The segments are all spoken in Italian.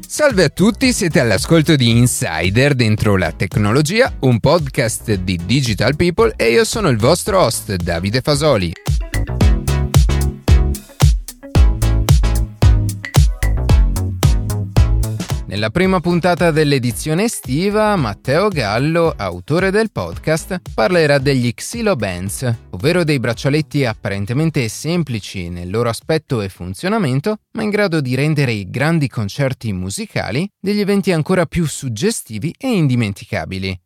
Salve a tutti, siete all'ascolto di Insider dentro la tecnologia, un podcast di Digital People e io sono il vostro host Davide Fasoli. Nella prima puntata dell'edizione estiva, Matteo Gallo, autore del podcast, parlerà degli Xilobands, ovvero dei braccialetti apparentemente semplici nel loro aspetto e funzionamento, ma in grado di rendere i grandi concerti musicali degli eventi ancora più suggestivi e indimenticabili.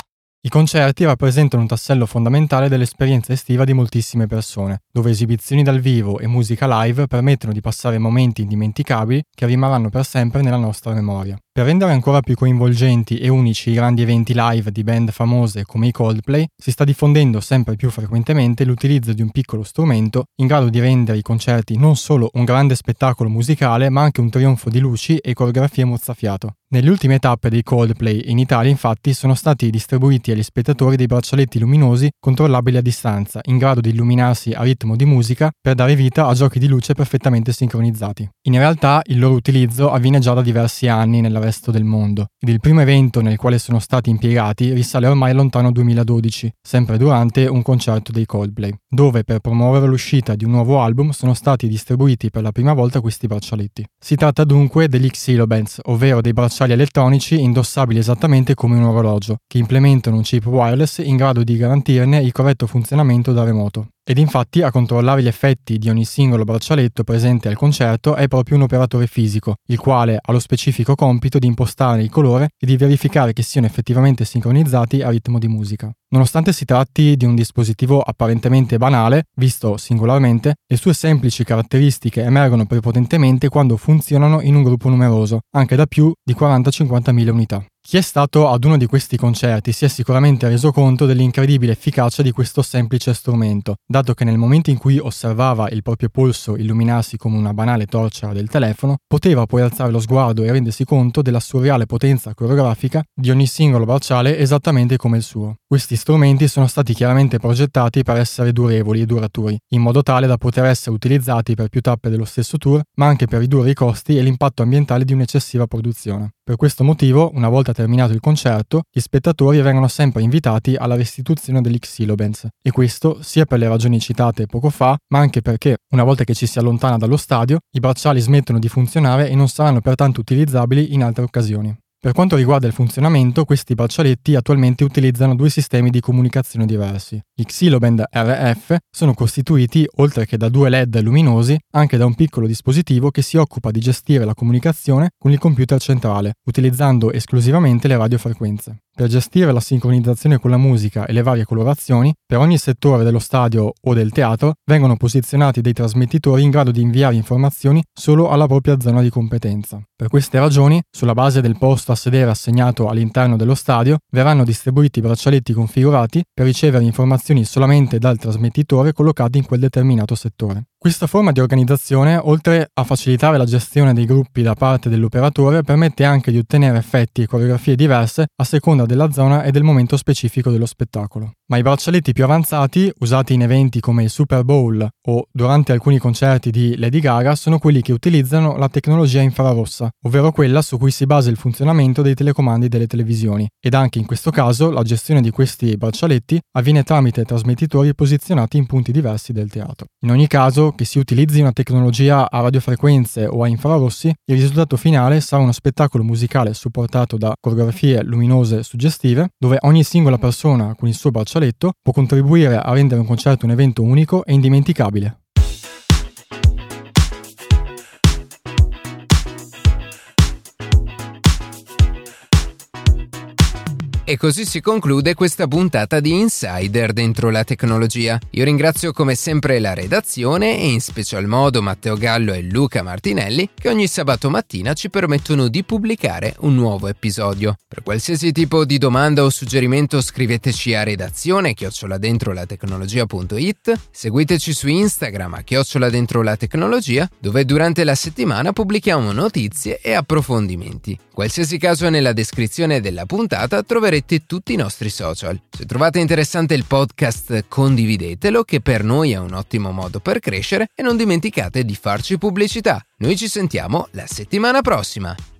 I concerti rappresentano un tassello fondamentale dell'esperienza estiva di moltissime persone, dove esibizioni dal vivo e musica live permettono di passare momenti indimenticabili che rimarranno per sempre nella nostra memoria. Per rendere ancora più coinvolgenti e unici i grandi eventi live di band famose come i Coldplay, si sta diffondendo sempre più frequentemente l'utilizzo di un piccolo strumento in grado di rendere i concerti non solo un grande spettacolo musicale, ma anche un trionfo di luci e coreografie mozzafiato. Nelle ultime tappe dei Coldplay in Italia, infatti, sono stati distribuiti agli spettatori dei braccialetti luminosi controllabili a distanza, in grado di illuminarsi a ritmo di musica per dare vita a giochi di luce perfettamente sincronizzati. In realtà, il loro utilizzo avviene già da diversi anni nel resto del mondo, ed il primo evento nel quale sono stati impiegati risale ormai al lontano 2012, sempre durante un concerto dei Coldplay, dove per promuovere l'uscita di un nuovo album sono stati distribuiti per la prima volta questi braccialetti. Si tratta dunque degli Xilobands, ovvero dei bracciali elettronici indossabili esattamente come un orologio, che implementano un chip wireless in grado di garantirne il corretto funzionamento da remoto. Ed infatti a controllare gli effetti di ogni singolo braccialetto presente al concerto è proprio un operatore fisico, il quale ha lo specifico compito di impostarne il colore e di verificare che siano effettivamente sincronizzati a ritmo di musica. Nonostante si tratti di un dispositivo apparentemente banale, visto singolarmente, le sue semplici caratteristiche emergono prepotentemente quando funzionano in un gruppo numeroso, anche da più di 40-50.000 unità. Chi è stato ad uno di questi concerti si è sicuramente reso conto dell'incredibile efficacia di questo semplice strumento, dato che nel momento in cui osservava il proprio polso illuminarsi come una banale torcia del telefono, poteva poi alzare lo sguardo e rendersi conto della surreale potenza coreografica di ogni singolo bracciale esattamente come il suo. Questi strumenti sono stati chiaramente progettati per essere durevoli e duraturi, in modo tale da poter essere utilizzati per più tappe dello stesso tour, ma anche per ridurre i costi e l'impatto ambientale di un'eccessiva produzione. Per questo motivo, una volta terminato il concerto, gli spettatori vengono sempre invitati alla restituzione degli Xilobands, e questo sia per le ragioni citate poco fa, ma anche perché, una volta che ci si allontana dallo stadio, i bracciali smettono di funzionare e non saranno pertanto utilizzabili in altre occasioni. Per quanto riguarda il funzionamento, questi braccialetti attualmente utilizzano due sistemi di comunicazione diversi. Gli Xiloband RF sono costituiti, oltre che da due LED luminosi, anche da un piccolo dispositivo che si occupa di gestire la comunicazione con il computer centrale, utilizzando esclusivamente le radiofrequenze. Per gestire la sincronizzazione con la musica e le varie colorazioni, per ogni settore dello stadio o del teatro vengono posizionati dei trasmettitori in grado di inviare informazioni solo alla propria zona di competenza. Per queste ragioni, sulla base del posto a sedere assegnato all'interno dello stadio, verranno distribuiti braccialetti configurati per ricevere informazioni solamente dal trasmettitore collocato in quel determinato settore. Questa forma di organizzazione, oltre a facilitare la gestione dei gruppi da parte dell'operatore, permette anche di ottenere effetti e coreografie diverse a seconda della zona e del momento specifico dello spettacolo. Ma i braccialetti più avanzati, usati in eventi come il Super Bowl o durante alcuni concerti di Lady Gaga, sono quelli che utilizzano la tecnologia infrarossa, ovvero quella su cui si basa il funzionamento dei telecomandi delle televisioni, ed anche in questo caso la gestione di questi braccialetti avviene tramite trasmettitori posizionati in punti diversi del teatro. In ogni caso, che si utilizzi una tecnologia a radiofrequenze o a infrarossi, il risultato finale sarà uno spettacolo musicale supportato da coreografie luminose suggestive, dove ogni singola persona con il suo braccialetto può contribuire a rendere un concerto un evento unico e indimenticabile. E così si conclude questa puntata di Insider dentro la tecnologia. Io ringrazio come sempre la redazione e in special modo Matteo Gallo e Luca Martinelli che ogni sabato mattina ci permettono di pubblicare un nuovo episodio. Per qualsiasi tipo di domanda o suggerimento scriveteci a redazione@dentrolatecnologia.it, seguiteci su Instagram @dentrolatecnologia, dove durante la settimana pubblichiamo notizie e approfondimenti. Qualsiasi caso nella descrizione della puntata troverete tutti i nostri social. Se trovate interessante il podcast, condividetelo, che per noi è un ottimo modo per crescere, e non dimenticate di farci pubblicità. Noi ci sentiamo la settimana prossima.